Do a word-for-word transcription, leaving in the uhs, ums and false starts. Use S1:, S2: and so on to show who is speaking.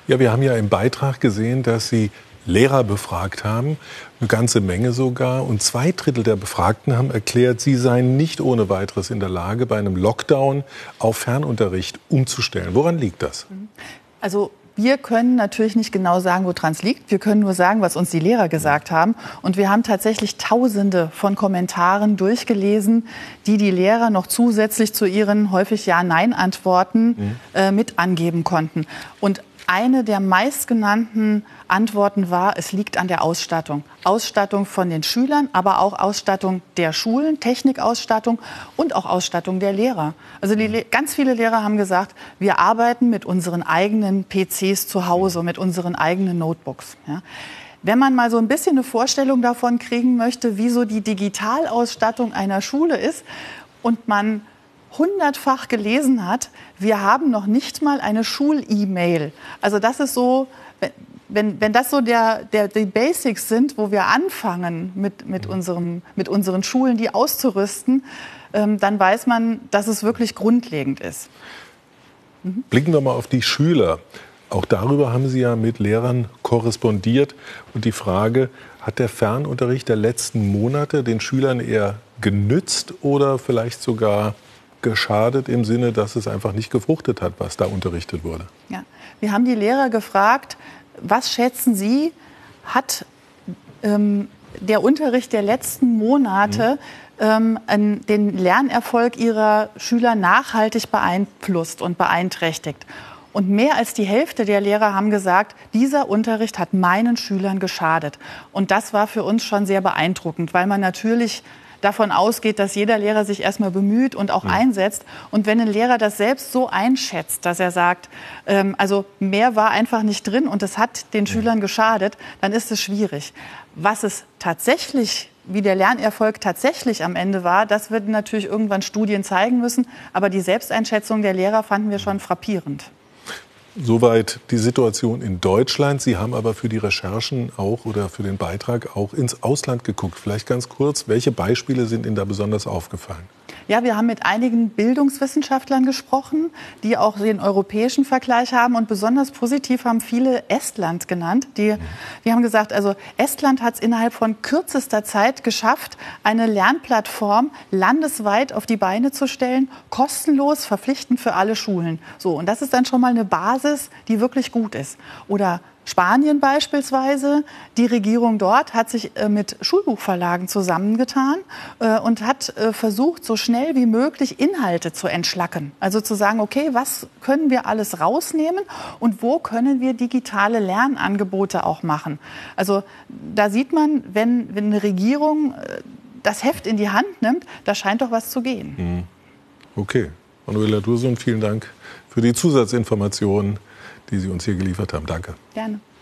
S1: Ja, wir haben ja im Beitrag gesehen, dass Sie Lehrer befragt haben, eine ganze Menge sogar. Und zwei Drittel der Befragten haben erklärt, sie seien nicht ohne weiteres in der Lage, bei einem Lockdown auf Fernunterricht umzustellen. Woran liegt das?
S2: Also wir können natürlich nicht genau sagen, woran es liegt. Wir können nur sagen, was uns die Lehrer gesagt haben. Und wir haben tatsächlich Tausende von Kommentaren durchgelesen, die die Lehrer noch zusätzlich zu ihren häufig Ja-Nein-Antworten mhm. äh, mit angeben konnten. Und eine der meistgenannten Antworten war, es liegt an der Ausstattung. Ausstattung von den Schülern, aber auch Ausstattung der Schulen, Technikausstattung und auch Ausstattung der Lehrer. Also die, ganz viele Lehrer haben gesagt, wir arbeiten mit unseren eigenen P Cs zu Hause, mit unseren eigenen Notebooks. Ja. Wenn man mal so ein bisschen eine Vorstellung davon kriegen möchte, wie so die Digitalausstattung einer Schule ist und man hundertfach gelesen hat, wir haben noch nicht mal eine Schul-E-Mail. Also das ist so, wenn, wenn das so der, der, die Basics sind, wo wir anfangen mit, mit, unserem, mit unseren Schulen, die auszurüsten, ähm, dann weiß man, dass es wirklich grundlegend ist.
S1: Mhm. Blicken wir mal auf die Schüler. Auch darüber haben Sie ja mit Lehrern korrespondiert. Und die Frage, hat der Fernunterricht der letzten Monate den Schülern eher genützt oder vielleicht sogar geschadet im Sinne, dass es einfach nicht gefruchtet hat, was da unterrichtet wurde?
S2: Ja. Wir haben die Lehrer gefragt, was schätzen Sie, hat ähm, der Unterricht der letzten Monate mhm. ähm, den Lernerfolg ihrer Schüler nachhaltig beeinflusst und beeinträchtigt? Und mehr als die Hälfte der Lehrer haben gesagt, dieser Unterricht hat meinen Schülern geschadet. Und das war für uns schon sehr beeindruckend, weil man natürlich davon ausgeht, dass jeder Lehrer sich erstmal bemüht und auch mhm. einsetzt. Und wenn ein Lehrer das selbst so einschätzt, dass er sagt, ähm, also mehr war einfach nicht drin und es hat den mhm. Schülern geschadet, dann ist es schwierig. Was es tatsächlich, wie der Lernerfolg tatsächlich am Ende war, das werden natürlich irgendwann Studien zeigen müssen. Aber die Selbsteinschätzung der Lehrer fanden wir schon frappierend.
S1: Soweit die Situation in Deutschland. Sie haben aber für die Recherchen auch oder für den Beitrag auch ins Ausland geguckt. Vielleicht ganz kurz, welche Beispiele sind Ihnen da besonders aufgefallen?
S2: Ja, wir haben mit einigen Bildungswissenschaftlern gesprochen, die auch den europäischen Vergleich haben. Und besonders positiv haben viele Estland genannt. Die, die haben gesagt, also Estland hat es innerhalb von kürzester Zeit geschafft, eine Lernplattform landesweit auf die Beine zu stellen, kostenlos, verpflichtend für alle Schulen. So, und das ist dann schon mal eine Basis, die wirklich gut ist. Oder Spanien beispielsweise, die Regierung dort hat sich äh, mit Schulbuchverlagen zusammengetan äh, und hat äh, versucht, so schnell wie möglich Inhalte zu entschlacken. Also zu sagen, okay, was können wir alles rausnehmen und wo können wir digitale Lernangebote auch machen. Also da sieht man, wenn, wenn eine Regierung äh, das Heft in die Hand nimmt, da scheint doch was zu gehen.
S1: Okay. Manuela Dursun, vielen Dank für die Zusatzinformationen, die Sie uns hier geliefert haben. Danke.
S2: Gerne.